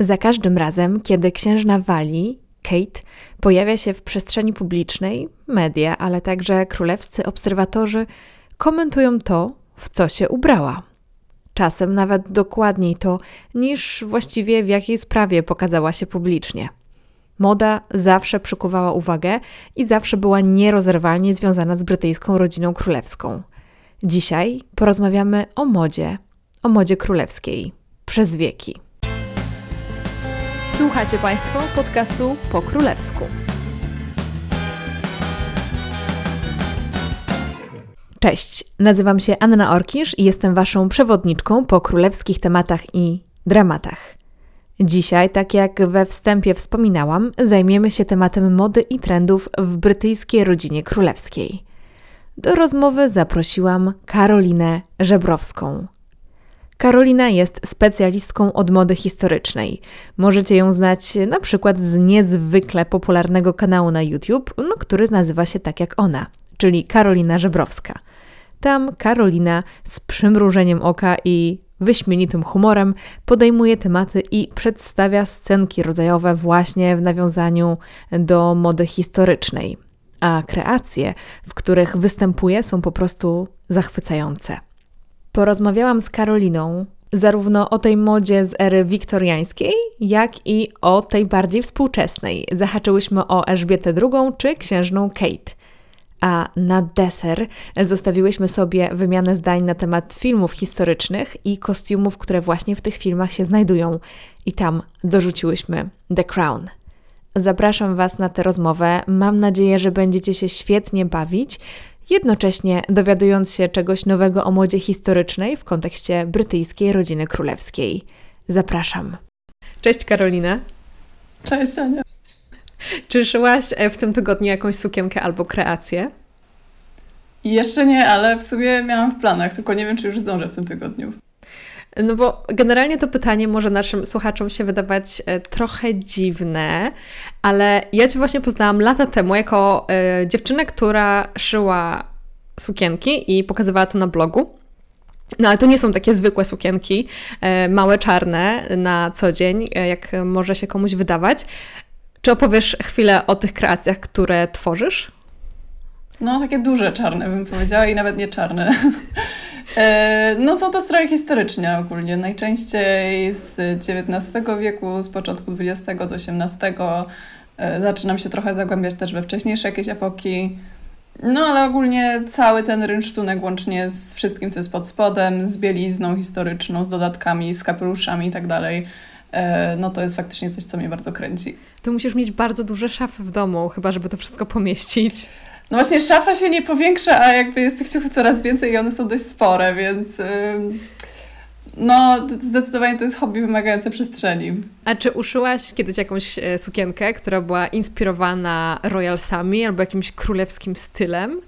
Za każdym razem, kiedy księżna Walii, Kate, pojawia się w przestrzeni publicznej, media, ale także królewscy obserwatorzy komentują to, w co się ubrała. Czasem nawet dokładniej to, niż właściwie w jakiej sprawie pokazała się publicznie. Moda zawsze przykuwała uwagę i zawsze była nierozerwalnie związana z brytyjską rodziną królewską. Dzisiaj porozmawiamy o modzie królewskiej przez wieki. Słuchacie Państwo podcastu Po Królewsku. Cześć, nazywam się Anna Orkisz i jestem Waszą przewodniczką po królewskich tematach i dramatach. Dzisiaj, tak jak we wstępie wspominałam, zajmiemy się tematem mody i trendów w brytyjskiej rodzinie królewskiej. Do rozmowy zaprosiłam Karolinę Żebrowską. Karolina jest specjalistką od mody historycznej. Możecie ją znać na przykład z niezwykle popularnego kanału na YouTube, który nazywa się tak jak ona, czyli Karolina Żebrowska. Tam Karolina z przymrużeniem oka i wyśmienitym humorem podejmuje tematy i przedstawia scenki rodzajowe właśnie w nawiązaniu do mody historycznej. A kreacje, w których występuje, są po prostu zachwycające. Porozmawiałam z Karoliną zarówno o tej modzie z ery wiktoriańskiej, jak i o tej bardziej współczesnej. Zahaczyłyśmy o Elżbietę II czy księżną Kate. A na deser zostawiłyśmy sobie wymianę zdań na temat filmów historycznych i kostiumów, które właśnie w tych filmach się znajdują. I tam dorzuciłyśmy The Crown. Zapraszam Was na tę rozmowę. Mam nadzieję, że będziecie się świetnie bawić, jednocześnie dowiadując się czegoś nowego o modzie historycznej w kontekście brytyjskiej rodziny królewskiej. Zapraszam. Cześć Karolina. Cześć Ania. Czy szyłaś w tym tygodniu jakąś sukienkę albo kreację? Jeszcze nie, ale w sumie miałam w planach, tylko nie wiem, czy już zdążę w tym tygodniu. No bo generalnie to pytanie może naszym słuchaczom się wydawać trochę dziwne, ale ja Cię właśnie poznałam lata temu jako dziewczynę, która szyła sukienki i pokazywała to na blogu. No ale to nie są takie zwykłe sukienki, małe, czarne na co dzień, jak może się komuś wydawać. Czy opowiesz chwilę o tych kreacjach, które tworzysz? No takie duże czarne bym powiedziała i nawet nie czarne. No są to stroje historyczne ogólnie, najczęściej z XIX wieku, z początku XX, z XVIII. Zaczynam się trochę zagłębiać też we wcześniejsze jakieś epoki. No ale ogólnie cały ten rynsztunek łącznie z wszystkim, co jest pod spodem, z bielizną historyczną, z dodatkami, z kapeluszami i tak dalej. No to jest faktycznie coś, co mnie bardzo kręci. Ty musisz mieć bardzo duże szafy w domu, chyba żeby to wszystko pomieścić. No właśnie szafa się nie powiększa, a jakby jest tych ciuchów coraz więcej i one są dość spore, więc no zdecydowanie to jest hobby wymagające przestrzeni. A czy uszyłaś kiedyś jakąś sukienkę, która była inspirowana royalsami albo jakimś królewskim stylem?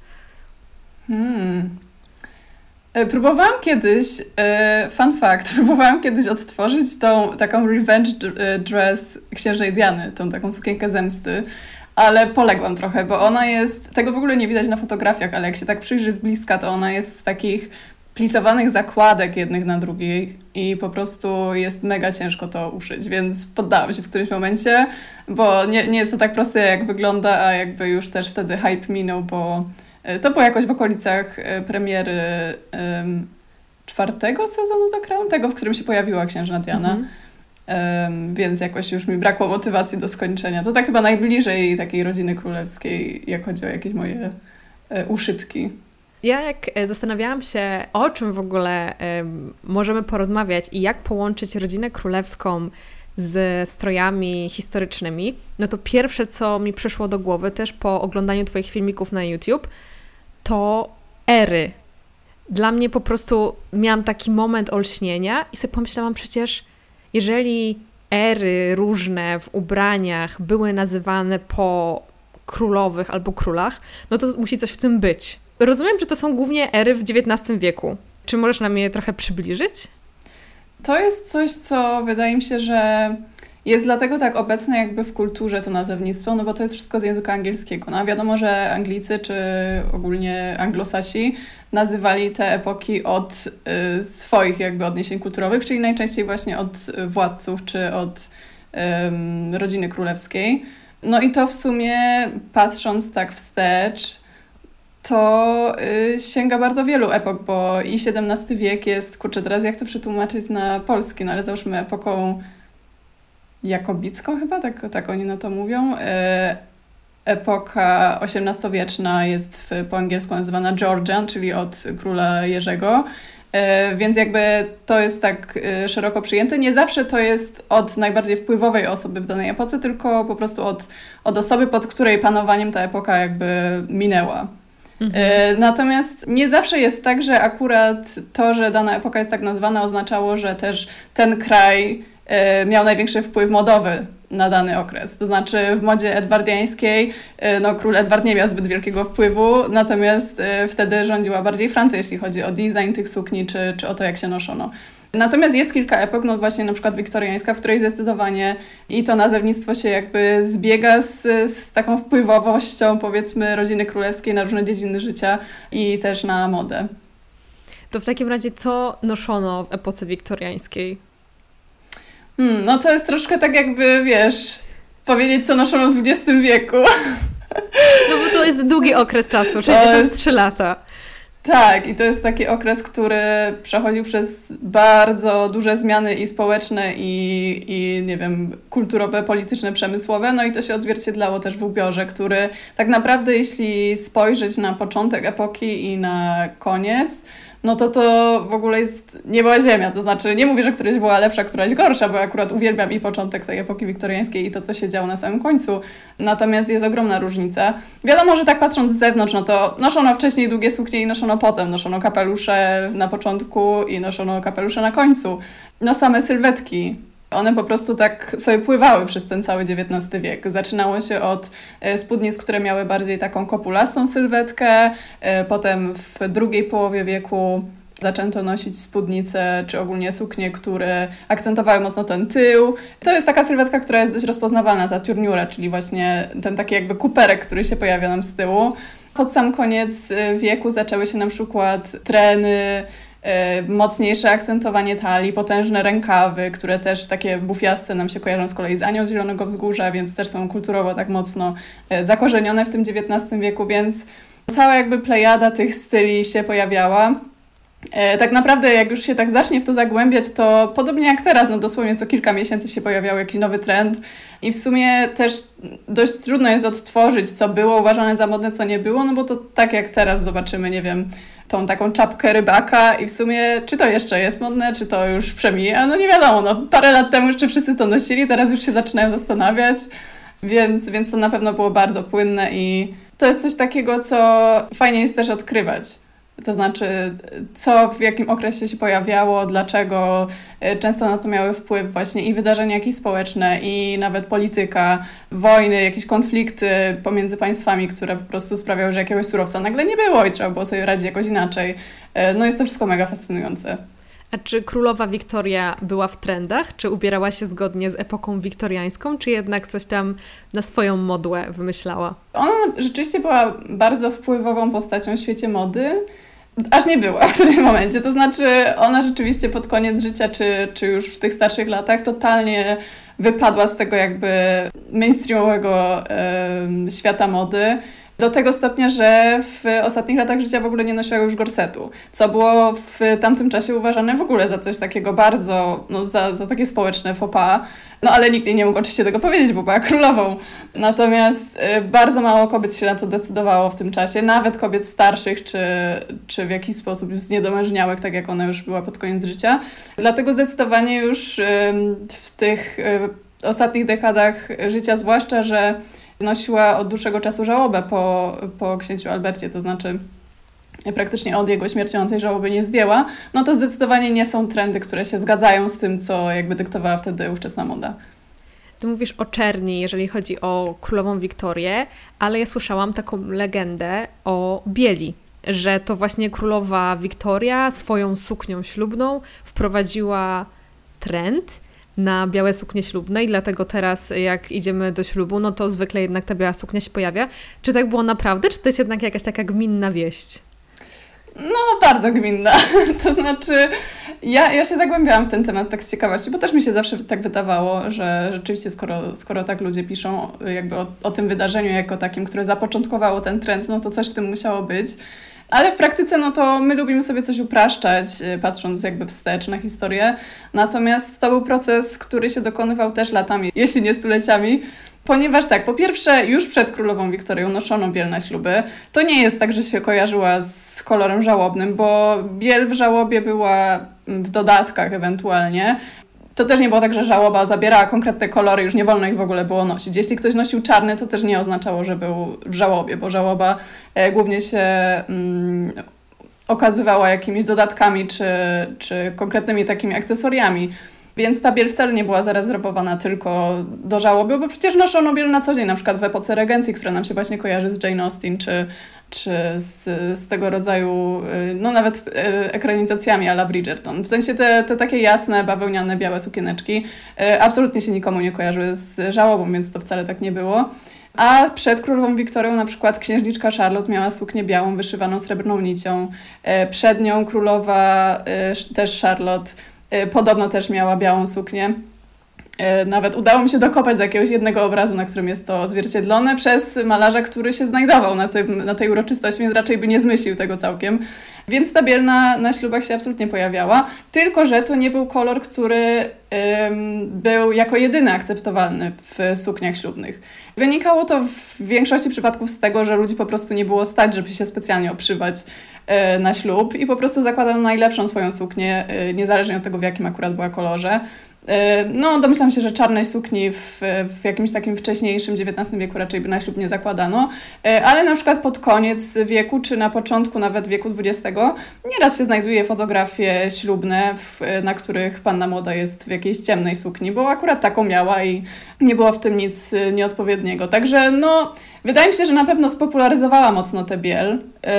Próbowałam kiedyś, fun fact, próbowałam kiedyś odtworzyć tą taką revenge dress księżnej Diany, tą taką sukienkę zemsty, ale poległam trochę, bo ona jest, tego w ogóle nie widać na fotografiach, ale jak się tak przyjrzy z bliska, to ona jest z takich plisowanych zakładek jednych na drugiej i po prostu jest mega ciężko to uszyć, więc poddałam się w którymś momencie, bo nie jest to tak proste jak wygląda, a jakby już też wtedy hype minął, bo to było jakoś w okolicach premiery czwartego sezonu The Crown, tego, w którym się pojawiła księżna Diana. Więc jakoś już mi brakło motywacji do skończenia. To tak chyba najbliżej takiej rodziny królewskiej, jak chodzi o jakieś moje uszytki. Ja jak zastanawiałam się, o czym w ogóle możemy porozmawiać i jak połączyć rodzinę królewską z strojami historycznymi, no to pierwsze, co mi przyszło do głowy też po oglądaniu Twoich filmików na YouTube, to ery. Dla mnie po prostu miałam taki moment olśnienia i sobie pomyślałam przecież, jeżeli ery różne w ubraniach były nazywane po królowych albo królach, no to musi coś w tym być. Rozumiem, że to są głównie ery w XIX wieku. Czy możesz nam je trochę przybliżyć? To jest coś, co wydaje mi się, że jest dlatego tak obecne jakby w kulturze to nazewnictwo, no bo to jest wszystko z języka angielskiego. No a wiadomo, że Anglicy czy ogólnie Anglosasi nazywali te epoki od swoich jakby odniesień kulturowych, czyli najczęściej właśnie od władców czy od rodziny królewskiej. No i to w sumie, patrząc tak wstecz, to sięga bardzo wielu epok, bo i XVII wiek jest, kurczę, teraz jak to przetłumaczyć na polski, no ale załóżmy epoką jakobicką chyba, tak oni na to mówią. Epoka XVIII-wieczna jest po angielsku nazywana Georgian, czyli od króla Jerzego. Więc jakby to jest tak szeroko przyjęte. Nie zawsze to jest od najbardziej wpływowej osoby w danej epoce, tylko po prostu od osoby, pod której panowaniem ta epoka jakby minęła. Natomiast nie zawsze jest tak, że akurat to, że dana epoka jest tak nazwana, oznaczało, że też ten kraj miał największy wpływ modowy na dany okres. To znaczy w modzie edwardiańskiej no, król Edward nie miał zbyt wielkiego wpływu, natomiast wtedy rządziła bardziej Francja, jeśli chodzi o design tych sukni, czy o to, jak się noszono. Natomiast jest kilka epok, no właśnie na przykład wiktoriańska, w której zdecydowanie i to nazewnictwo się jakby zbiega z taką wpływowością, powiedzmy, rodziny królewskiej na różne dziedziny życia i też na modę. To w takim razie co noszono w epoce wiktoriańskiej? No to jest troszkę tak jakby, wiesz, powiedzieć, co noszono w XX wieku. No bo to jest długi okres czasu, 63 lata. Tak, i to jest taki okres, który przechodził przez bardzo duże zmiany i społeczne, i nie wiem, kulturowe, polityczne, przemysłowe. No i to się odzwierciedlało też w ubiorze, który tak naprawdę, jeśli spojrzeć na początek epoki i na koniec, no to w ogóle jest niebo a ziemia. To znaczy, nie mówię, że któraś była lepsza, któraś gorsza, bo akurat uwielbiam i początek tej epoki wiktoriańskiej i to, co się działo na samym końcu. Natomiast jest ogromna różnica. Wiadomo, że tak patrząc z zewnątrz, no to noszono wcześniej długie suknie i noszono potem. Noszono kapelusze na początku i noszono kapelusze na końcu. No same sylwetki. One po prostu tak sobie pływały przez ten cały XIX wiek. Zaczynało się od spódnic, które miały bardziej taką kopulastą sylwetkę. Potem w drugiej połowie wieku zaczęto nosić spódnice, czy ogólnie suknie, które akcentowały mocno ten tył. To jest taka sylwetka, która jest dość rozpoznawalna, ta turniura, czyli właśnie ten taki jakby kuperek, który się pojawia nam z tyłu. Pod sam koniec wieku zaczęły się na przykład treny, mocniejsze akcentowanie talii, potężne rękawy, które też takie bufiaste nam się kojarzą z kolei z Anią z Zielonego Wzgórza, więc też są kulturowo tak mocno zakorzenione w tym XIX wieku, więc cała jakby plejada tych styli się pojawiała. Tak naprawdę jak już się tak zacznie w to zagłębiać, to podobnie jak teraz, no dosłownie co kilka miesięcy się pojawiał jakiś nowy trend i w sumie też dość trudno jest odtworzyć, co było uważane za modne, co nie było, no bo to tak jak teraz zobaczymy, nie wiem, tą taką czapkę rybaka i w sumie czy to jeszcze jest modne, czy to już przemija, no nie wiadomo, no parę lat temu jeszcze wszyscy to nosili, teraz już się zaczynają zastanawiać, więc to na pewno było bardzo płynne i to jest coś takiego, co fajnie jest też odkrywać. To znaczy, co w jakim okresie się pojawiało, dlaczego często na to miały wpływ właśnie i wydarzenia jakieś społeczne, i nawet polityka, wojny, jakieś konflikty pomiędzy państwami, które po prostu sprawiały, że jakiegoś surowca nagle nie było i trzeba było sobie radzić jakoś inaczej. No jest to wszystko mega fascynujące. A czy królowa Wiktoria była w trendach? Czy ubierała się zgodnie z epoką wiktoriańską, czy jednak coś tam na swoją modłę wymyślała? Ona rzeczywiście była bardzo wpływową postacią w świecie mody, aż nie była w którym momencie. To znaczy ona rzeczywiście pod koniec życia, czy już w tych starszych latach totalnie wypadła z tego jakby mainstreamowego świata mody. Do tego stopnia, że w ostatnich latach życia w ogóle nie nosiła już gorsetu, co było w tamtym czasie uważane w ogóle za coś takiego bardzo, no za takie społeczne faux pas. No ale nikt jej nie mógł oczywiście tego powiedzieć, bo była królową. Natomiast bardzo mało kobiet się na to decydowało w tym czasie, nawet kobiet starszych, czy w jakiś sposób już zniedołężniałych, tak jak ona już była pod koniec życia. Dlatego zdecydowanie już w tych ostatnich dekadach życia, zwłaszcza, że nosiła od dłuższego czasu żałobę po księciu Albercie, to znaczy praktycznie od jego śmierci on tej żałoby nie zdjęła, no to zdecydowanie nie są trendy, które się zgadzają z tym, co jakby dyktowała wtedy ówczesna moda. Ty mówisz o czerni, jeżeli chodzi o królową Wiktorię, ale ja słyszałam taką legendę o bieli, że to właśnie królowa Wiktoria swoją suknią ślubną wprowadziła trend, na białe suknie ślubne i dlatego teraz jak idziemy do ślubu, no to zwykle jednak ta biała suknia się pojawia. Czy tak było naprawdę, czy to jest jednak jakaś taka gminna wieść? No, bardzo gminna. To znaczy, ja się zagłębiałam w ten temat tak z ciekawości, bo też mi się zawsze tak wydawało, że rzeczywiście skoro tak ludzie piszą jakby o tym wydarzeniu jako takim, które zapoczątkowało ten trend, no to coś w tym musiało być. Ale w praktyce, no to my lubimy sobie coś upraszczać, patrząc jakby wstecz na historię. Natomiast to był proces, który się dokonywał też latami, jeśli nie stuleciami. Ponieważ tak, po pierwsze, już przed królową Wiktorią noszono biel na śluby. To nie jest tak, że się kojarzyła z kolorem żałobnym, bo biel w żałobie była w dodatkach ewentualnie. To też nie było tak, że żałoba zabierała konkretne kolory, już nie wolno ich w ogóle było nosić. Jeśli ktoś nosił czarny, to też nie oznaczało, że był w żałobie, bo żałoba głównie się okazywała jakimiś dodatkami czy konkretnymi takimi akcesoriami. Więc ta biel wcale nie była zarezerwowana tylko do żałoby, bo przecież noszono biel na co dzień, na przykład w epoce regencji, która nam się właśnie kojarzy z Jane Austen, czy z tego rodzaju, no nawet ekranizacjami à la Bridgerton. W sensie te takie jasne, bawełniane, białe sukieneczki absolutnie się nikomu nie kojarzyły z żałobą, więc to wcale tak nie było. A przed królową Wiktorią na przykład księżniczka Charlotte miała suknię białą, wyszywaną srebrną nicią. Przed nią królowa też Charlotte podobno też miała białą suknię. Nawet udało mi się dokopać do jakiegoś jednego obrazu, na którym jest to odzwierciedlone przez malarza, który się znajdował na tej uroczystości, więc raczej by nie zmyślił tego całkiem. Więc ta biel na ślubach się absolutnie pojawiała, tylko że to nie był kolor, który był jako jedyny akceptowalny w sukniach ślubnych. Wynikało to w większości przypadków z tego, że ludzi po prostu nie było stać, żeby się specjalnie obszywać na ślub i po prostu zakładano najlepszą swoją suknię, niezależnie od tego, w jakim akurat była kolorze. No, domyślam się, że czarnej sukni w jakimś takim wcześniejszym XIX wieku raczej by na ślub nie zakładano, ale na przykład pod koniec wieku, czy na początku nawet wieku XX nieraz się znajduje fotografie ślubne, na których panna młoda jest w jakiejś ciemnej sukni, bo akurat taką miała i nie było w tym nic nieodpowiedniego. Także no, wydaje mi się, że na pewno spopularyzowała mocno tę biel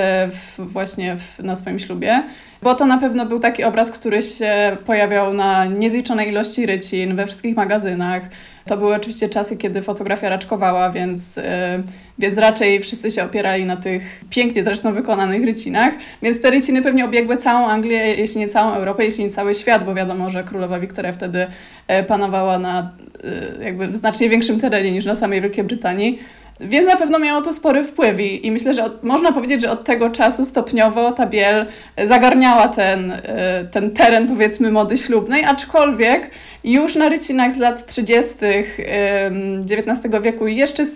na swoim ślubie, bo to na pewno był taki obraz, który się pojawiał na niezliczonej ilości rycin, we wszystkich magazynach. To były oczywiście czasy, kiedy fotografia raczkowała, więc raczej wszyscy się opierali na tych pięknie zresztą wykonanych rycinach. Więc te ryciny pewnie obiegły całą Anglię, jeśli nie całą Europę, jeśli nie cały świat, bo wiadomo, że królowa Wiktoria wtedy panowała na jakby znacznie większym terenie niż na samej Wielkiej Brytanii. Więc na pewno miało to spory wpływ i myślę, że można powiedzieć, że od tego czasu stopniowo ta biel zagarniała ten teren, powiedzmy, mody ślubnej, aczkolwiek już na rycinach z lat 30. XIX wieku i jeszcze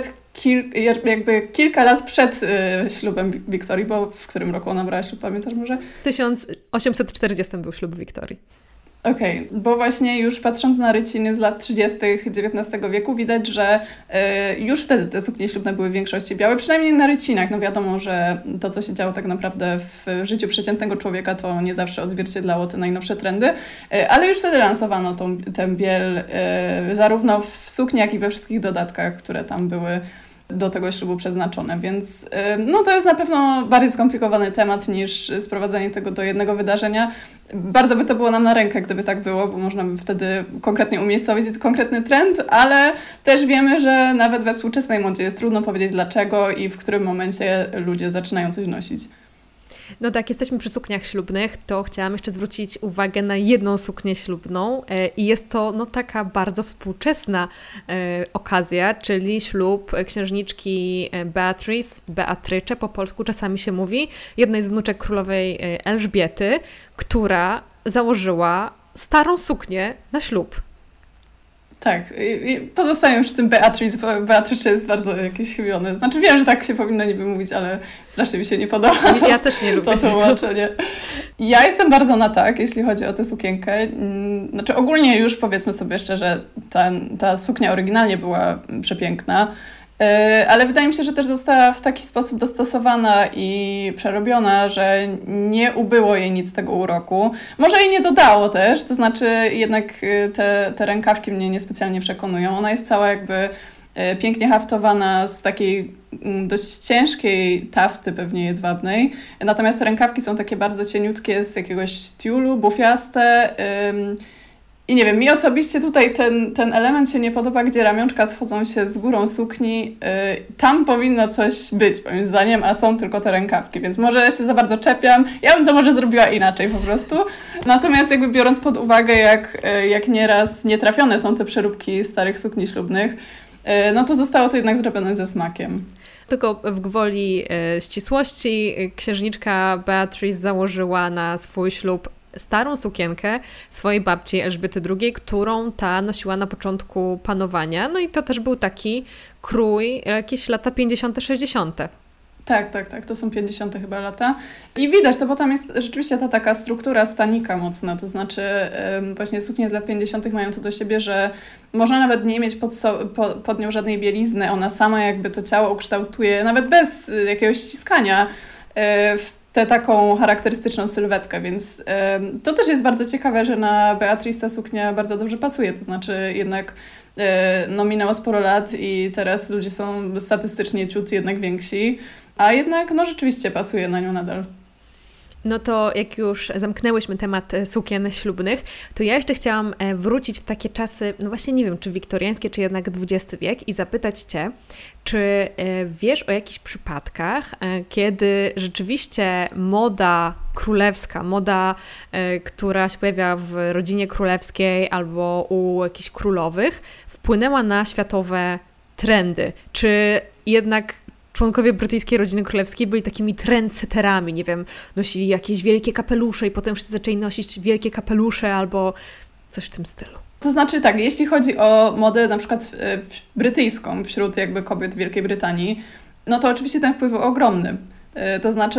kilka lat przed ślubem Wiktorii, bo w którym roku ona brała ślub, pamiętasz może? W 1840 był ślub Wiktorii. Okej, bo właśnie już patrząc na ryciny z lat 30. XIX wieku widać, że już wtedy te suknie ślubne były w większości białe, przynajmniej na rycinach. No wiadomo, że to, co się działo tak naprawdę w życiu przeciętnego człowieka, to nie zawsze odzwierciedlało te najnowsze trendy, ale już wtedy lansowano tę biel zarówno w sukni, jak i we wszystkich dodatkach, które tam były do tego ślubu przeznaczone, więc no to jest na pewno bardziej skomplikowany temat niż sprowadzenie tego do jednego wydarzenia. Bardzo by to było nam na rękę, gdyby tak było, bo można by wtedy konkretnie umiejscowić konkretny trend, ale też wiemy, że nawet we współczesnej modzie jest trudno powiedzieć dlaczego i w którym momencie ludzie zaczynają coś nosić. No tak, jesteśmy przy sukniach ślubnych, to chciałam jeszcze zwrócić uwagę na jedną suknię ślubną i jest to no taka bardzo współczesna okazja, czyli ślub księżniczki Beatrycze po polsku czasami się mówi, jednej z wnuczek królowej Elżbiety, która założyła starą suknię na ślub. Tak, i pozostajemy przy tym Beatrice, bo Beatrice jest bardzo jakieś chybione. Znaczy wiem, że tak się powinno niby mówić, ale strasznie mi się nie podoba Ja też nie lubię to tłumaczenie. Ja jestem bardzo na tak, jeśli chodzi o tę sukienkę. Znaczy ogólnie już powiedzmy sobie szczerze, ta suknia oryginalnie była przepiękna, ale wydaje mi się, że też została w taki sposób dostosowana i przerobiona, że nie ubyło jej nic z tego uroku. Może jej nie dodało też, to znaczy jednak te rękawki mnie niespecjalnie przekonują. Ona jest cała jakby pięknie haftowana z takiej dość ciężkiej tafty, pewnie jedwabnej. Natomiast te rękawki są takie bardzo cieniutkie, z jakiegoś tiulu, bufiaste. I nie wiem, mi osobiście tutaj ten element się nie podoba, gdzie ramionczka schodzą się z górą sukni. Tam powinno coś być, moim zdaniem, a są tylko te rękawki, więc może się za bardzo czepiam. Ja bym to może zrobiła inaczej po prostu. Natomiast jakby biorąc pod uwagę, jak nieraz nietrafione są te przeróbki starych sukni ślubnych, no to zostało to jednak zrobione ze smakiem. Tylko w gwoli ścisłości księżniczka Beatrice założyła na swój ślub starą sukienkę swojej babci Elżbiety II, którą ta nosiła na początku panowania. No i to też był taki krój jakieś lata 50., 60. Tak, to są 50. chyba lata. I widać to, bo tam jest rzeczywiście ta taka struktura stanika mocna, to znaczy właśnie suknie z lat 50. mają to do siebie, że można nawet nie mieć pod nią żadnej bielizny, ona sama jakby to ciało ukształtuje, nawet bez jakiegoś ściskania w tę taką charakterystyczną sylwetkę, więc to też jest bardzo ciekawe, że na Beatrice ta suknia bardzo dobrze pasuje, to znaczy jednak no minęło sporo lat i teraz ludzie są statystycznie ciut jednak więksi, a jednak no rzeczywiście pasuje na nią nadal. No to jak już zamknęłyśmy temat sukien ślubnych, to ja jeszcze chciałam wrócić w takie czasy, no właśnie nie wiem, czy wiktoriańskie, czy jednak XX wiek i zapytać Cię, czy wiesz o jakichś przypadkach, kiedy rzeczywiście moda królewska, moda, która się pojawia w rodzinie królewskiej albo u jakichś królowych, wpłynęła na światowe trendy? Czy jednak członkowie brytyjskiej rodziny królewskiej byli takimi trendsetterami, nie wiem, nosili jakieś wielkie kapelusze i potem wszyscy zaczęli nosić wielkie kapelusze albo coś w tym stylu? To znaczy tak, jeśli chodzi o modę na przykład brytyjską wśród jakby kobiet w Wielkiej Brytanii, no to oczywiście ten wpływ był ogromny. To znaczy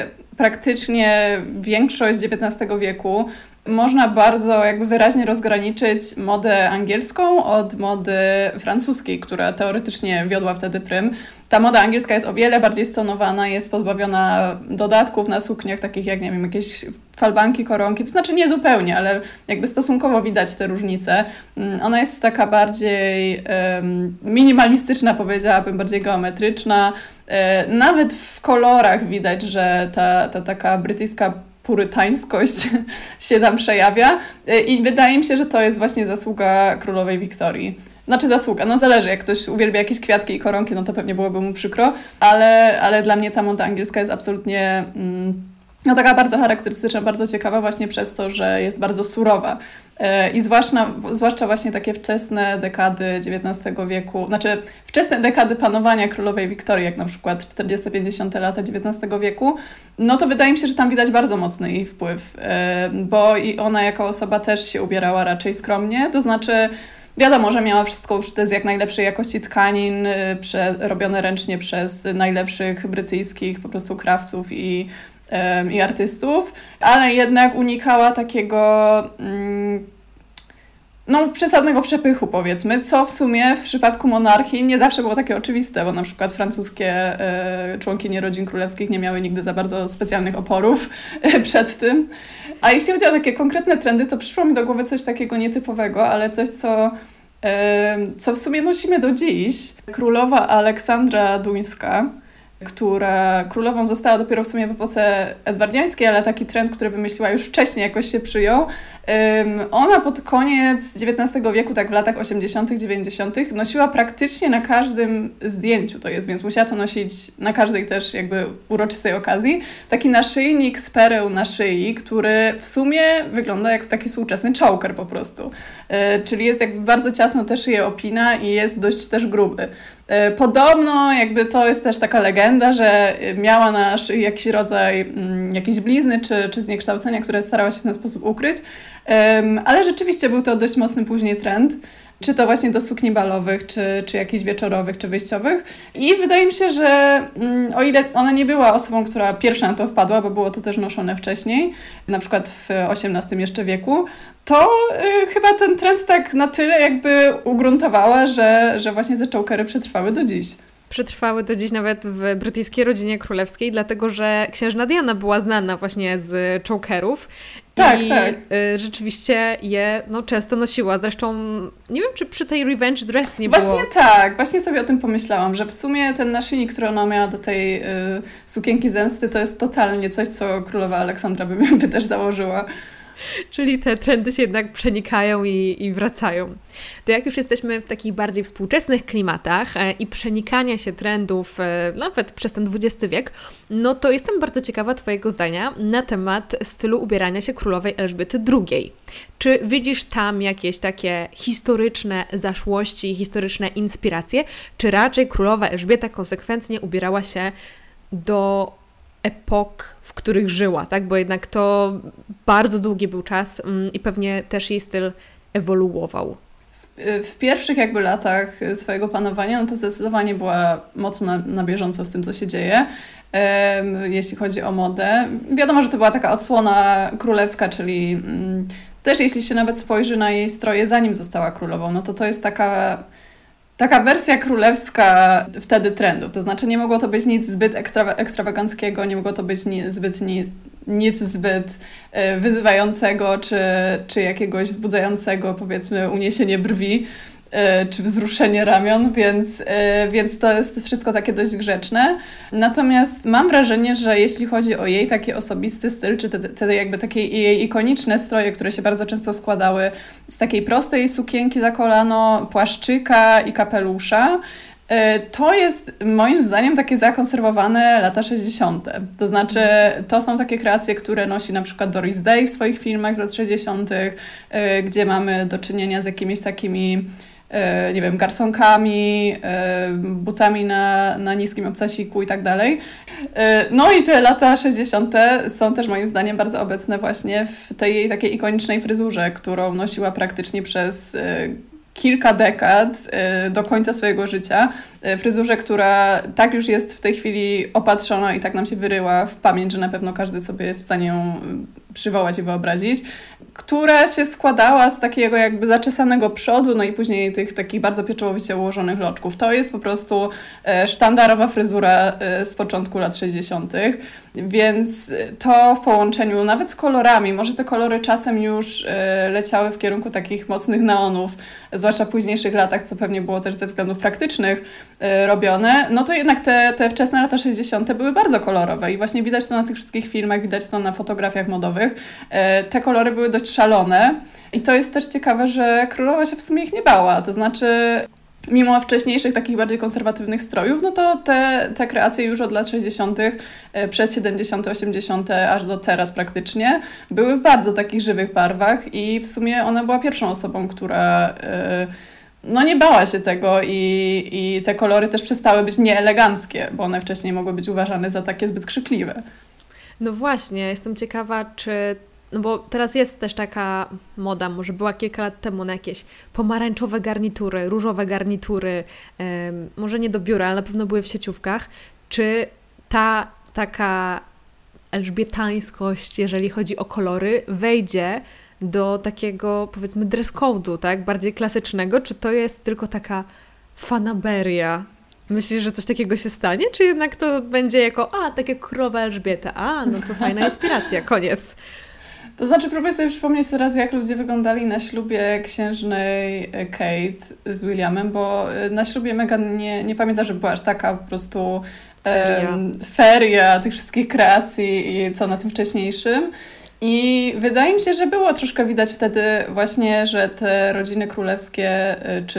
praktycznie większość XIX wieku można bardzo jakby wyraźnie rozgraniczyć modę angielską od mody francuskiej, która teoretycznie wiodła wtedy prym. Ta moda angielska jest o wiele bardziej stonowana, jest pozbawiona dodatków na sukniach, takich jak, nie wiem, jakieś falbanki, koronki. To znaczy nie zupełnie, ale jakby stosunkowo widać te różnice. Ona jest taka bardziej minimalistyczna, powiedziałabym, bardziej geometryczna. Nawet w kolorach widać, że ta taka brytyjska purytańskość się tam przejawia i wydaje mi się, że to jest właśnie zasługa królowej Wiktorii. Znaczy zasługa, no zależy, jak ktoś uwielbia jakieś kwiatki i koronki, no to pewnie byłoby mu przykro, ale dla mnie ta moda angielska jest absolutnie no taka bardzo charakterystyczna, bardzo ciekawa właśnie przez to, że jest bardzo surowa. I zwłaszcza właśnie takie wczesne dekady XIX wieku, znaczy wczesne dekady panowania królowej Wiktorii, jak na przykład 40-50 lata XIX wieku, no to wydaje mi się, że tam widać bardzo mocny jej wpływ, bo i ona jako osoba też się ubierała raczej skromnie, to znaczy wiadomo, że miała wszystko uszyte z jak najlepszej jakości tkanin, robione ręcznie przez najlepszych brytyjskich po prostu krawców i artystów, ale jednak unikała takiego no, przesadnego przepychu, powiedzmy, co w sumie w przypadku monarchii nie zawsze było takie oczywiste, bo na przykład francuskie członkinie rodzin królewskich nie miały nigdy za bardzo specjalnych oporów przed tym. A jeśli chodzi o takie konkretne trendy, to przyszło mi do głowy coś takiego nietypowego, ale coś, co w sumie nosimy do dziś. Królowa Aleksandra Duńska, która królową została dopiero w sumie w epoce edwardiańskiej, ale taki trend, który wymyśliła już wcześniej, jakoś się przyjął. Ona pod koniec XIX wieku, tak w latach 80., 90., nosiła praktycznie na każdym zdjęciu, to jest, więc musiała to nosić na każdej też jakby uroczystej okazji. Taki naszyjnik z pereł na szyi, który w sumie wygląda jak taki współczesny choker po prostu. Czyli jest jakby bardzo ciasno też szyję opina i jest dość też gruby. Podobno jakby to jest też taka legenda, że miała na szyi jakiś rodzaj jakiejś blizny czy zniekształcenia, które starała się w ten sposób ukryć, ale rzeczywiście był to dość mocny później trend, czy to właśnie do sukni balowych, czy jakichś wieczorowych, czy wyjściowych. I wydaje mi się, że o ile ona nie była osobą, która pierwsza na to wpadła, bo było to też noszone wcześniej, na przykład w XVIII jeszcze wieku, to chyba ten trend tak na tyle jakby ugruntowała, że właśnie te chokery przetrwały do dziś. Przetrwały do dziś nawet w brytyjskiej rodzinie królewskiej, dlatego że księżna Diana była znana właśnie z chokerów. Tak. Rzeczywiście je często nosiła. Zresztą nie wiem, czy przy tej revenge dress nie właśnie było. Właśnie tak, właśnie sobie o tym pomyślałam, że w sumie ten naszyjnik, który ona miała do tej sukienki zemsty, to jest totalnie coś, co królowa Aleksandra by też założyła. Czyli te trendy się jednak przenikają i wracają. To jak już jesteśmy w takich bardziej współczesnych klimatach i przenikania się trendów nawet przez ten XX wiek, no to jestem bardzo ciekawa Twojego zdania na temat stylu ubierania się królowej Elżbiety II. Czy widzisz tam jakieś takie historyczne zaszłości, historyczne inspiracje, czy raczej królowa Elżbieta konsekwentnie ubierała się do epok, w których żyła, tak? Bo jednak to bardzo długi był czas i pewnie też jej styl ewoluował. W pierwszych jakby latach swojego panowania, no to zdecydowanie była mocno na bieżąco z tym, co się dzieje, jeśli chodzi o modę. Wiadomo, że to była taka odsłona królewska, czyli też jeśli się nawet spojrzy na jej stroje, zanim została królową, no to jest taka wersja królewska wtedy trendów. To znaczy nie mogło to być nic zbyt ekstrawaganckiego, nie mogło to być nic zbyt wyzywającego, czy jakiegoś wzbudzającego, powiedzmy, uniesienie brwi, czy wzruszenie ramion, więc to jest wszystko takie dość grzeczne. Natomiast mam wrażenie, że jeśli chodzi o jej taki osobisty styl, czy te jakby takie jej ikoniczne stroje, które się bardzo często składały z takiej prostej sukienki za kolano, płaszczyka i kapelusza, to jest moim zdaniem takie zakonserwowane lata 60. To znaczy, to są takie kreacje, które nosi na przykład Doris Day w swoich filmach z lat 60., gdzie mamy do czynienia z jakimiś takimi, nie wiem, garsonkami, butami na niskim obcasiku i tak dalej. No i te lata 60. są też moim zdaniem bardzo obecne właśnie w tej jej takiej ikonicznej fryzurze, którą nosiła praktycznie przez kilka dekad do końca swojego życia. Fryzurze, która tak już jest w tej chwili opatrzona i tak nam się wyryła w pamięć, że na pewno każdy sobie jest w stanie ją przywołać i wyobrazić, która się składała z takiego jakby zaczesanego przodu, no i później tych takich bardzo pieczołowicie ułożonych loczków. To jest po prostu sztandarowa fryzura z początku lat 60., więc to w połączeniu nawet z kolorami, może te kolory czasem już leciały w kierunku takich mocnych neonów, zwłaszcza w późniejszych latach, co pewnie było też ze względów praktycznych robione, no to jednak te wczesne lata 60. były bardzo kolorowe i właśnie widać to na tych wszystkich filmach, widać to na fotografiach modowych. Te kolory były dość szalone i to jest też ciekawe, że królowa się w sumie ich nie bała, to znaczy mimo wcześniejszych takich bardziej konserwatywnych strojów, no to te kreacje już od lat 60. Przez 70., 80. aż do teraz praktycznie były w bardzo takich żywych barwach i w sumie ona była pierwszą osobą, która no nie bała się tego i te kolory też przestały być nieeleganckie, bo one wcześniej mogły być uważane za takie zbyt krzykliwe. No właśnie, jestem ciekawa, czy... No bo teraz jest też taka moda, może była kilka lat temu na jakieś pomarańczowe garnitury, różowe garnitury, może nie do biura, ale na pewno były w sieciówkach. Czy ta taka elżbietańskość, jeżeli chodzi o kolory, wejdzie do takiego, powiedzmy, dress code'u, tak? Bardziej klasycznego, czy to jest tylko taka fanaberia? Myślisz, że coś takiego się stanie? Czy jednak to będzie jako, takie królowa Elżbieta, no to fajna inspiracja, koniec. To znaczy, próbuję sobie przypomnieć teraz, jak ludzie wyglądali na ślubie księżnej Kate z Williamem, bo na ślubie Meghan nie pamiętam, że była aż taka po prostu feria tych wszystkich kreacji i co na tym wcześniejszym. I wydaje mi się, że było troszkę widać wtedy właśnie, że te rodziny królewskie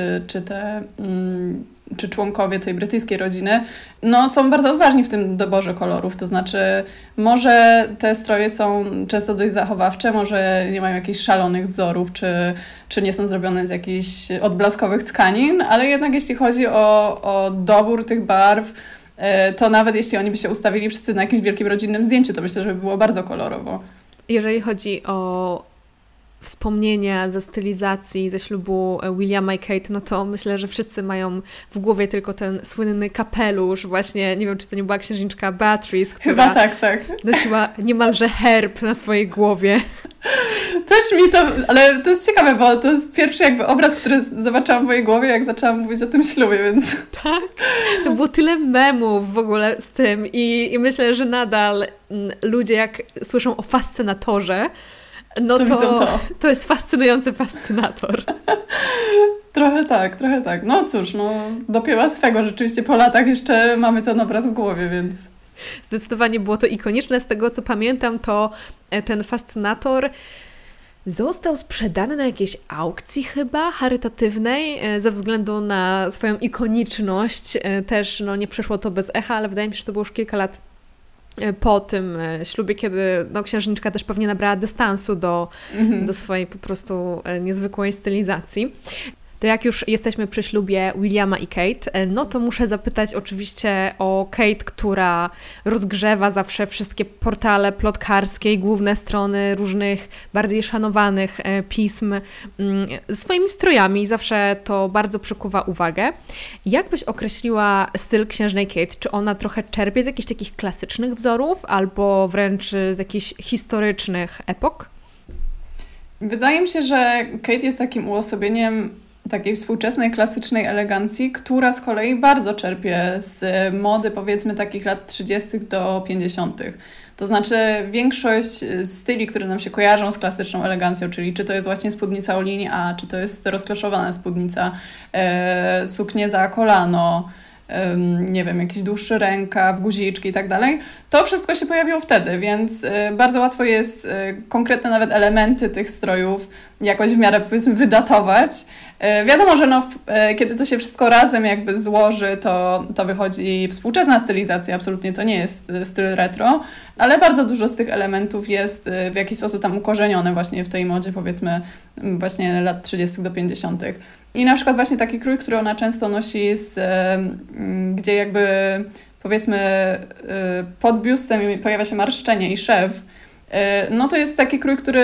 czy członkowie tej brytyjskiej rodziny, no są bardzo odważni w tym doborze kolorów, to znaczy może te stroje są często dość zachowawcze, może nie mają jakichś szalonych wzorów, czy nie są zrobione z jakichś odblaskowych tkanin, ale jednak jeśli chodzi o dobór tych barw, to nawet jeśli oni by się ustawili wszyscy na jakimś wielkim rodzinnym zdjęciu, to myślę, że by było bardzo kolorowo. Jeżeli chodzi o wspomnienia ze stylizacji, ze ślubu Williama i Kate, no to myślę, że wszyscy mają w głowie tylko ten słynny kapelusz, właśnie, nie wiem, czy to nie była księżniczka Beatrice, która chyba tak. nosiła niemalże herb na swojej głowie. Też mi to, ale to jest ciekawe, bo to jest pierwszy jakby obraz, który zobaczyłam w mojej głowie, jak zaczęłam mówić o tym ślubie, więc... Tak, to było tyle memów w ogóle z tym i myślę, że nadal ludzie jak słyszą o fascynatorze, no to jest fascynujący fascynator. Trochę tak. No cóż, dopięła swego. Rzeczywiście po latach jeszcze mamy ten obraz w głowie, więc... Zdecydowanie było to ikoniczne. Z tego, co pamiętam, to ten fascynator Został sprzedany na jakiejś aukcji chyba charytatywnej ze względu na swoją ikoniczność. Też nie przeszło to bez echa, ale wydaje mi się, że to było już kilka lat po tym ślubie, kiedy księżniczka też pewnie nabrała dystansu do swojej po prostu niezwykłej stylizacji. To jak już jesteśmy przy ślubie Williama i Kate, to muszę zapytać oczywiście o Kate, która rozgrzewa zawsze wszystkie portale plotkarskie i główne strony różnych bardziej szanowanych pism swoimi strojami i zawsze to bardzo przykuwa uwagę. Jak byś określiła styl księżnej Kate? Czy ona trochę czerpie z jakichś takich klasycznych wzorów albo wręcz z jakichś historycznych epok? Wydaje mi się, że Kate jest takim uosobieniem takiej współczesnej, klasycznej elegancji, która z kolei bardzo czerpie z mody, powiedzmy, takich lat 30. do 50. To znaczy większość styli, które nam się kojarzą z klasyczną elegancją, czyli czy to jest właśnie spódnica o linii A, czy to jest rozkloszowana spódnica, suknie za kolano, nie wiem, jakiś dłuższy rękaw, guziczki i tak dalej, to wszystko się pojawiło wtedy, więc bardzo łatwo jest konkretne nawet elementy tych strojów jakoś w miarę, powiedzmy, wydatować. Wiadomo, że kiedy to się wszystko razem jakby złoży, to wychodzi współczesna stylizacja, absolutnie to nie jest styl retro, ale bardzo dużo z tych elementów jest w jakiś sposób tam ukorzenione właśnie w tej modzie, powiedzmy, właśnie lat 30. do 50. I na przykład właśnie taki krój, który ona często nosi, gdzie jakby, powiedzmy, pod biustem pojawia się marszczenie i szef, to jest taki krój, który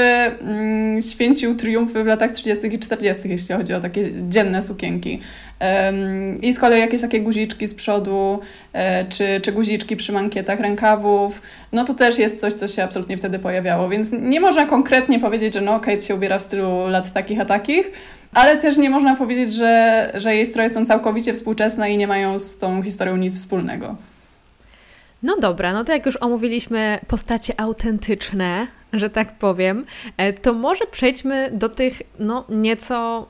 święcił triumfy w latach 30. i 40., jeśli chodzi o takie dzienne sukienki. I z kolei jakieś takie guziczki z przodu, czy guziczki przy mankietach rękawów, to też jest coś, co się absolutnie wtedy pojawiało. Więc nie można konkretnie powiedzieć, że Kate się ubiera w stylu lat takich a takich, ale też nie można powiedzieć, że jej stroje są całkowicie współczesne i nie mają z tą historią nic wspólnego. No dobra, to jak już omówiliśmy postacie autentyczne, że tak powiem, to może przejdźmy do tych nieco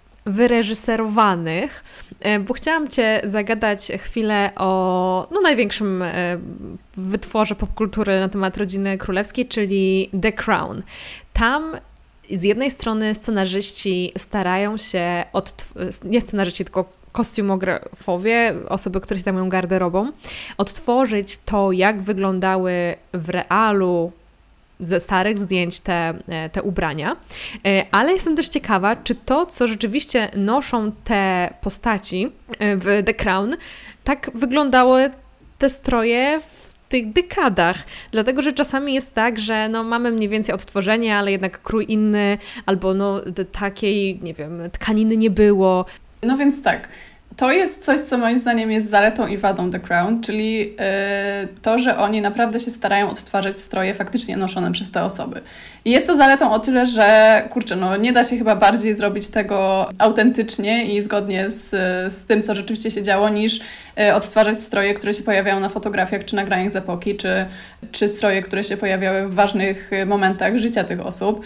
wyreżyserowanych, bo chciałam Cię zagadać chwilę o największym wytworze popkultury na temat rodziny królewskiej, czyli The Crown. Tam z jednej strony scenarzyści starają się, nie scenarzyści, tylko kostiumografowie, osoby, które się zajmują garderobą, odtworzyć to, jak wyglądały w realu ze starych zdjęć te ubrania. Ale jestem też ciekawa, czy to, co rzeczywiście noszą te postaci w The Crown, tak wyglądały te stroje w tych dekadach. Dlatego, że czasami jest tak, że mamy mniej więcej odtworzenie, ale jednak krój inny, albo takiej, nie wiem, tkaniny nie było. No więc tak, to jest coś, co moim zdaniem jest zaletą i wadą The Crown, czyli to, że oni naprawdę się starają odtwarzać stroje faktycznie noszone przez te osoby. I jest to zaletą o tyle, że nie da się chyba bardziej zrobić tego autentycznie i zgodnie z tym, co rzeczywiście się działo, niż odtwarzać stroje, które się pojawiają na fotografiach czy nagraniach z epoki, czy stroje, które się pojawiały w ważnych momentach życia tych osób.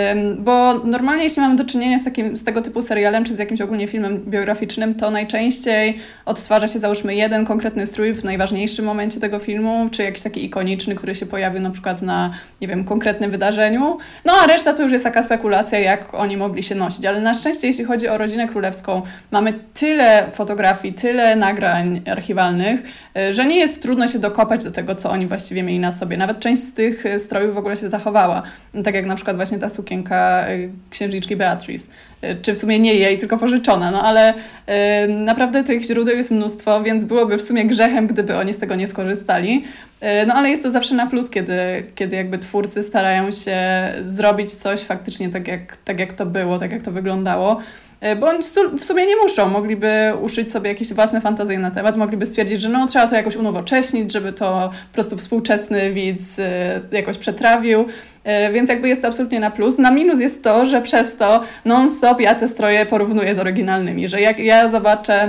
Bo normalnie, jeśli mamy do czynienia z tego typu serialem, czy z jakimś ogólnie filmem biograficznym, to najczęściej odtwarza się, załóżmy, jeden konkretny strój w najważniejszym momencie tego filmu, czy jakiś taki ikoniczny, który się pojawił na przykład na, nie wiem, konkretnym wydarzeniu. A reszta to już jest taka spekulacja, jak oni mogli się nosić. Ale na szczęście, jeśli chodzi o rodzinę królewską, mamy tyle fotografii, tyle nagrań archiwalnych, że nie jest trudno się dokopać do tego, co oni właściwie mieli na sobie. Nawet część z tych strojów w ogóle się zachowała. Tak jak na przykład właśnie ta sukienka księżniczki Beatrice. Czy w sumie nie jej, tylko pożyczona. Ale naprawdę tych źródeł jest mnóstwo, więc byłoby w sumie grzechem, gdyby oni z tego nie skorzystali. Ale jest to zawsze na plus, kiedy jakby twórcy starają się zrobić coś faktycznie tak jak to było, tak jak to wyglądało. Bo oni w sumie nie muszą. Mogliby uszyć sobie jakieś własne fantazje na temat, mogliby stwierdzić, że trzeba to jakoś unowocześnić, żeby to po prostu współczesny widz jakoś przetrawił. Więc jakby jest to absolutnie na plus. Na minus jest to, że przez to non-stop ja te stroje porównuję z oryginalnymi, że jak ja zobaczę...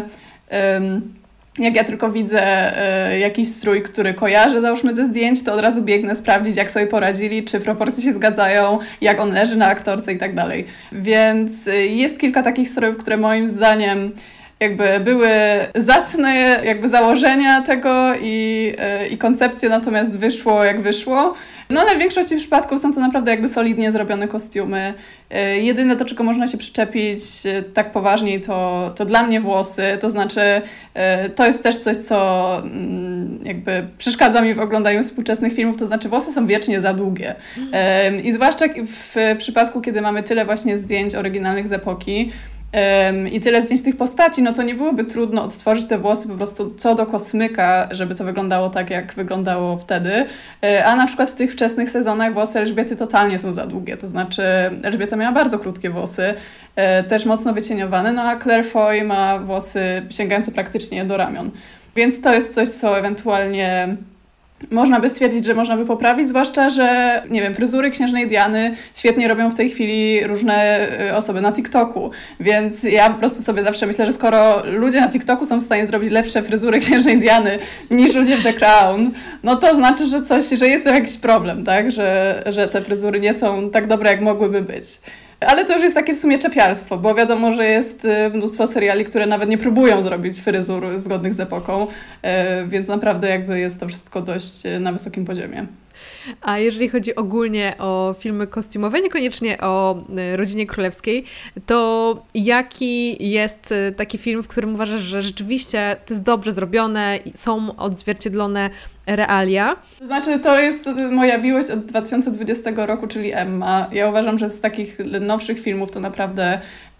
Jak ja tylko widzę jakiś strój, który kojarzę, załóżmy, ze zdjęć, to od razu biegnę sprawdzić, jak sobie poradzili, czy proporcje się zgadzają, jak on leży na aktorce i tak dalej. Więc jest kilka takich strojów, które moim zdaniem jakby były zacne jakby założenia tego i koncepcje, natomiast wyszło jak wyszło. No ale w większości przypadków są to naprawdę jakby solidnie zrobione kostiumy. Jedyne, do czego można się przyczepić tak poważniej, to dla mnie włosy. To znaczy, to jest też coś, co jakby przeszkadza mi w oglądaniu współczesnych filmów, to znaczy włosy są wiecznie za długie. I zwłaszcza w przypadku, kiedy mamy tyle właśnie zdjęć oryginalnych z epoki, i tyle zdjęć tych postaci, no to nie byłoby trudno odtworzyć te włosy po prostu co do kosmyka, żeby to wyglądało tak, jak wyglądało wtedy. A na przykład w tych wczesnych sezonach włosy Elżbiety totalnie są za długie. To znaczy Elżbieta miała bardzo krótkie włosy, też mocno wycieniowane, no a Claire Foy ma włosy sięgające praktycznie do ramion. Więc to jest coś, co ewentualnie można by stwierdzić, że można by poprawić, zwłaszcza, że, nie wiem, fryzury księżnej Diany świetnie robią w tej chwili różne osoby na TikToku, więc ja po prostu sobie zawsze myślę, że skoro ludzie na TikToku są w stanie zrobić lepsze fryzury księżnej Diany niż ludzie w The Crown, no to znaczy, że jest tam jakiś problem, tak, że te fryzury nie są tak dobre, jak mogłyby być. Ale to już jest takie w sumie czepialstwo, bo wiadomo, że jest mnóstwo seriali, które nawet nie próbują zrobić fryzur zgodnych z epoką, więc naprawdę jakby jest to wszystko dość na wysokim poziomie. A jeżeli chodzi ogólnie o filmy kostiumowe, niekoniecznie o rodzinie królewskiej, to jaki jest taki film, w którym uważasz, że rzeczywiście to jest dobrze zrobione i są odzwierciedlone realia? To znaczy, to jest moja miłość od 2020 roku, czyli Emma. Ja uważam, że z takich nowszych filmów to naprawdę...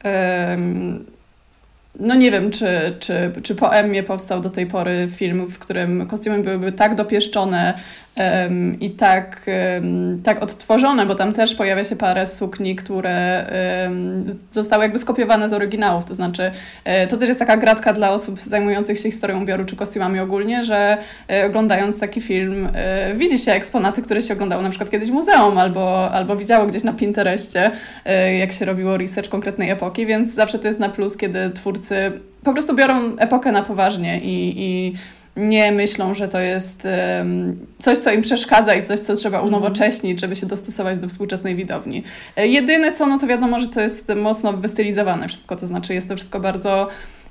No nie wiem, czy po Emmie powstał do tej pory film, w którym kostiumy byłyby tak dopieszczone i tak odtworzone, bo tam też pojawia się parę sukni, które zostały jakby skopiowane z oryginałów. To znaczy, to też jest taka gratka dla osób zajmujących się historią ubioru czy kostiumami ogólnie, że oglądając taki film widzi się eksponaty, które się oglądało na przykład kiedyś w muzeum albo widziało gdzieś na Pinterestie, jak się robiło research konkretnej epoki, więc zawsze to jest na plus, kiedy twórcy po prostu biorą epokę na poważnie i nie myślą, że to jest coś, co im przeszkadza i coś, co trzeba unowocześnić, żeby się dostosować do współczesnej widowni. Jedyne co, no to wiadomo, że to jest mocno wystylizowane wszystko, to znaczy jest to wszystko bardzo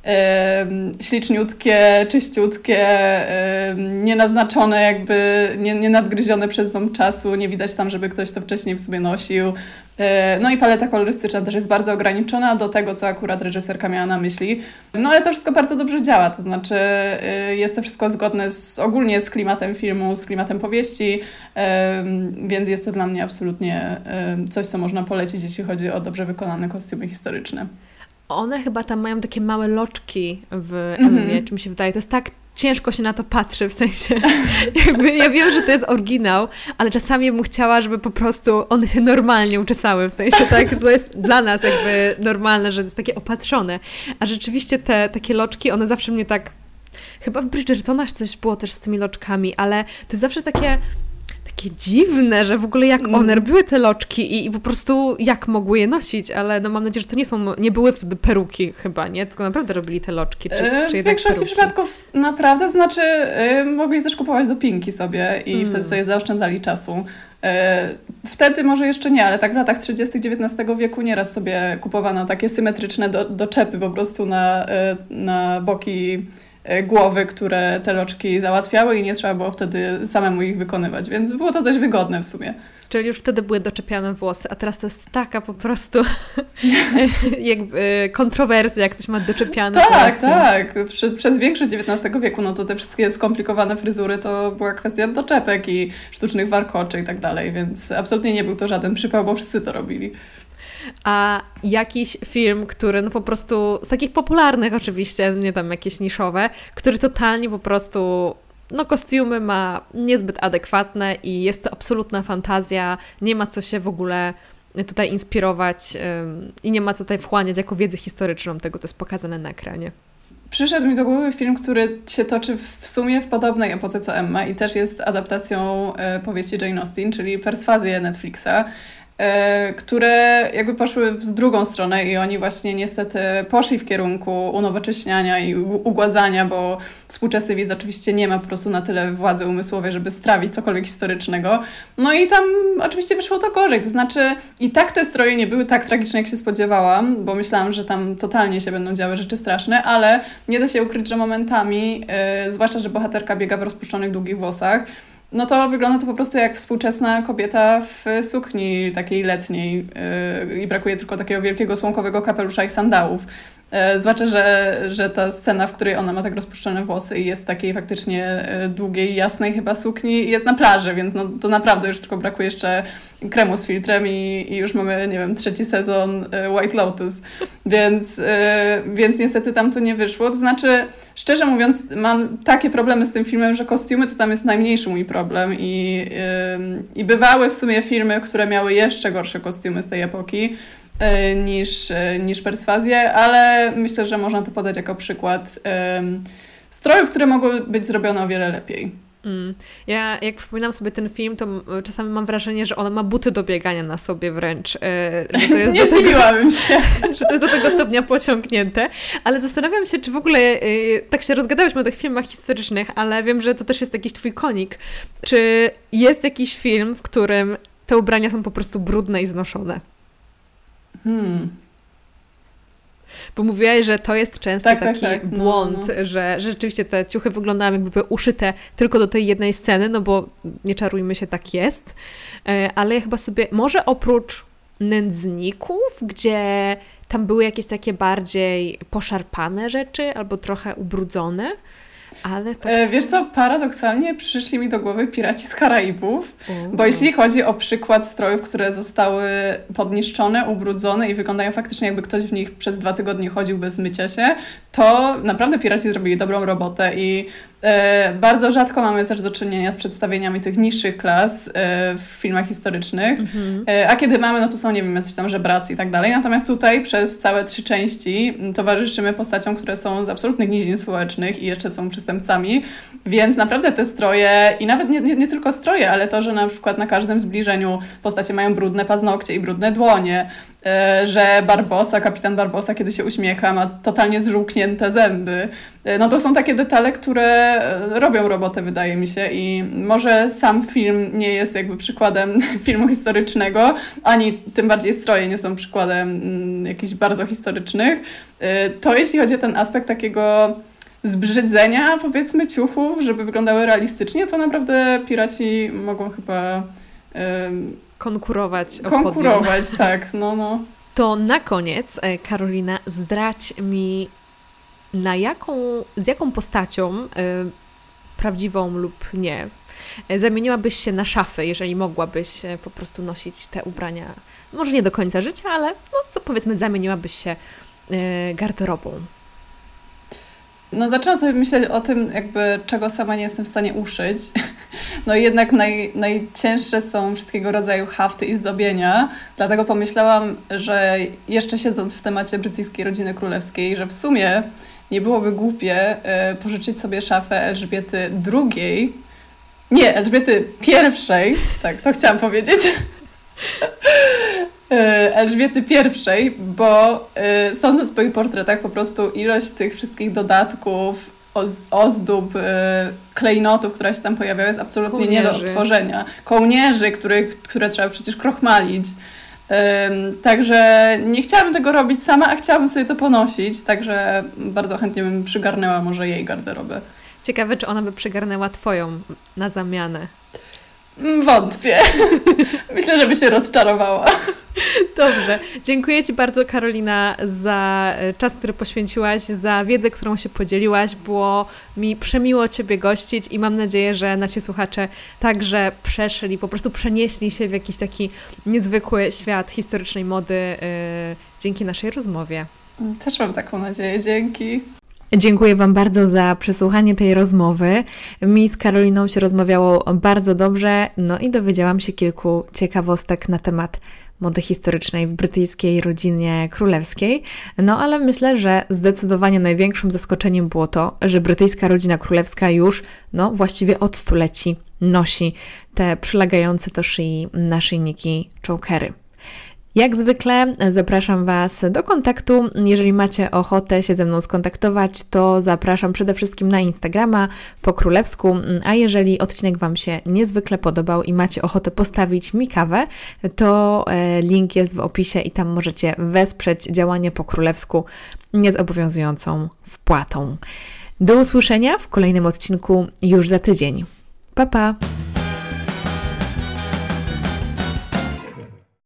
śliczniutkie, czyściutkie, nienaznaczone jakby, nie nadgryzione przez ząb czasu, nie widać tam, żeby ktoś to wcześniej w sobie nosił. No i paleta kolorystyczna też jest bardzo ograniczona do tego, co akurat reżyserka miała na myśli. No ale to wszystko bardzo dobrze działa, to znaczy jest to wszystko zgodne ogólnie z klimatem filmu, z klimatem powieści, więc jest to dla mnie absolutnie coś, co można polecić, jeśli chodzi o dobrze wykonane kostiumy historyczne. One chyba tam mają takie małe loczki w Emmie, czy mi się wydaje. To jest tak ciężko się na to patrzy, w sensie jakby ja wiem, że to jest oryginał, ale czasami bym chciała, żeby po prostu one się normalnie uczesały, w sensie tak, to jest dla nas jakby normalne, że to jest takie opatrzone. A rzeczywiście te takie loczki, one zawsze mnie tak... Chyba w Bridgertonach coś było też z tymi loczkami, ale to jest zawsze takie dziwne, że w ogóle jak one robiły te loczki i po prostu jak mogły je nosić, ale no mam nadzieję, że to nie były wtedy peruki chyba, nie? Tylko naprawdę robili te loczki, czy w większości przypadków naprawdę, znaczy mogli też kupować dopinki sobie i wtedy sobie zaoszczędzali czasu. Wtedy może jeszcze nie, ale tak w latach 30. XIX wieku nieraz sobie kupowano takie symetryczne doczepy po prostu na boki głowy, które te loczki załatwiały i nie trzeba było wtedy samemu ich wykonywać, więc było to dość wygodne w sumie. Czyli już wtedy były doczepiane włosy, a teraz to jest taka po prostu jakby kontrowersja, jak ktoś ma doczepiane włosy. Tak. Przez większość XIX wieku, no to te wszystkie skomplikowane fryzury to była kwestia doczepek i sztucznych warkoczy i tak dalej, więc absolutnie nie był to żaden przypał, bo wszyscy to robili. A jakiś film, który no po prostu, z takich popularnych oczywiście, nie tam jakieś niszowe, który totalnie po prostu, no kostiumy ma niezbyt adekwatne i jest to absolutna fantazja, nie ma co się w ogóle tutaj inspirować i nie ma co tutaj wchłaniać jako wiedzę historyczną tego, co jest pokazane na ekranie. Przyszedł mi do głowy film, który się toczy w sumie w podobnej epoce co Emma i też jest adaptacją powieści Jane Austen, czyli Perswazje Netflixa, które jakby poszły w drugą stronę i oni właśnie niestety poszli w kierunku unowocześniania i ugładzania, bo współczesny widz oczywiście nie ma po prostu na tyle władzy umysłowej, żeby strawić cokolwiek historycznego. No i tam oczywiście wyszło to gorzej, to znaczy i tak te stroje nie były tak tragiczne, jak się spodziewałam, bo myślałam, że tam totalnie się będą działy rzeczy straszne, ale nie da się ukryć, że momentami, zwłaszcza, że bohaterka biega w rozpuszczonych długich włosach, no to wygląda to po prostu jak współczesna kobieta w sukni takiej letniej i brakuje tylko takiego wielkiego słomkowego kapelusza i sandałów. Zwłaszcza, że ta scena, w której ona ma tak rozpuszczone włosy i jest w takiej faktycznie długiej, jasnej chyba sukni, jest na plaży, więc no, to naprawdę już tylko brakuje jeszcze kremu z filtrem i już mamy, nie wiem, 3. sezon White Lotus. Więc niestety tam to nie wyszło. To znaczy, szczerze mówiąc, mam takie problemy z tym filmem, że kostiumy to tam jest najmniejszy mój problem i bywały w sumie filmy, które miały jeszcze gorsze kostiumy z tej epoki niż Perswazję, ale myślę, że można to podać jako przykład strojów, które mogły być zrobione o wiele lepiej. Ja jak przypominam sobie ten film, to czasami mam wrażenie, że ona ma buty do biegania na sobie wręcz. Że to jest nie zdziwiłabym się. Że to jest do tego stopnia pociągnięte. Ale zastanawiam się, czy w ogóle, tak się rozgadałyśmy o tych filmach historycznych, ale wiem, że to też jest jakiś twój konik. Czy jest jakiś film, w którym te ubrania są po prostu brudne i znoszone? Bo mówiłaś, że to jest często taki błąd, że rzeczywiście te ciuchy wyglądają jakby były uszyte tylko do tej jednej sceny, no bo nie czarujmy się, tak jest. Ale ja chyba sobie, może oprócz nędzników, gdzie tam były jakieś takie bardziej poszarpane rzeczy albo trochę ubrudzone, ale tak... Wiesz co, paradoksalnie przyszli mi do głowy Piraci z Karaibów, bo jeśli chodzi o przykład strojów, które zostały podniszczone, ubrudzone i wyglądają faktycznie jakby ktoś w nich przez 2 tygodnie chodził bez mycia się, to naprawdę piraci zrobili dobrą robotę i bardzo rzadko mamy też do czynienia z przedstawieniami tych niższych klas w filmach historycznych, a kiedy mamy, no to są, nie wiem, jacyś tam żebracy i tak dalej. Natomiast tutaj przez całe 3 części towarzyszymy postaciom, które są z absolutnych nizin społecznych i jeszcze są przestępcami, więc naprawdę te stroje i nawet nie tylko stroje, ale to, że na przykład na każdym zbliżeniu postacie mają brudne paznokcie i brudne dłonie, że kapitan Barbossa, kiedy się uśmiecha, ma totalnie zżółknięte zęby. No to są takie detale, które robią robotę, wydaje mi się, i może sam film nie jest jakby przykładem filmu historycznego, ani tym bardziej stroje nie są przykładem jakichś bardzo historycznych. To jeśli chodzi o ten aspekt takiego zbrzydzenia, powiedzmy, ciuchów, żeby wyglądały realistycznie, to naprawdę piraci mogą chyba... Konkurować, tak, no. To na koniec, Karolina, zdradź mi, z jaką postacią, prawdziwą lub nie, zamieniłabyś się na szafy, jeżeli mogłabyś po prostu nosić te ubrania, może nie do końca życia, ale no co powiedzmy, zamieniłabyś się garderobą. No zaczęłam sobie myśleć o tym, jakby czego sama nie jestem w stanie uszyć. No i jednak najcięższe są wszystkiego rodzaju hafty i zdobienia. Dlatego pomyślałam, że jeszcze siedząc w temacie brytyjskiej rodziny królewskiej, że w sumie nie byłoby głupie pożyczyć sobie szafę Elżbiety II. Nie, Elżbiety I. Tak, to chciałam powiedzieć. Elżbiety I, bo sądząc po jej portretach, po prostu ilość tych wszystkich dodatków, ozdób, klejnotów, które się tam pojawiały, jest absolutnie nie do odtworzenia. Kołnierzy, które trzeba przecież krochmalić. Także nie chciałabym tego robić sama, a chciałabym sobie to ponosić, także bardzo chętnie bym przygarnęła może jej garderobę. Ciekawe, czy ona by przygarnęła twoją na zamianę. Wątpię. Myślę, że by się rozczarowała. Dobrze. Dziękuję Ci bardzo, Karolina, za czas, który poświęciłaś, za wiedzę, którą się podzieliłaś. Było mi przemiło Ciebie gościć i mam nadzieję, że nasi słuchacze także po prostu przenieśli się w jakiś taki niezwykły świat historycznej mody dzięki naszej rozmowie. Też mam taką nadzieję. Dzięki. Dziękuję Wam bardzo za przesłuchanie tej rozmowy. Mi z Karoliną się rozmawiało bardzo dobrze, no i dowiedziałam się kilku ciekawostek na temat mody historycznej w brytyjskiej rodzinie królewskiej. No ale myślę, że zdecydowanie największym zaskoczeniem było to, że brytyjska rodzina królewska już, właściwie od stuleci nosi te przylegające do szyi naszyjniki chokery. Jak zwykle zapraszam Was do kontaktu. Jeżeli macie ochotę się ze mną skontaktować, to zapraszam przede wszystkim na Instagrama po królewsku, a jeżeli odcinek Wam się niezwykle podobał i macie ochotę postawić mi kawę, to link jest w opisie i tam możecie wesprzeć działanie po królewsku niezobowiązującą wpłatą. Do usłyszenia w kolejnym odcinku już za tydzień. Pa, pa!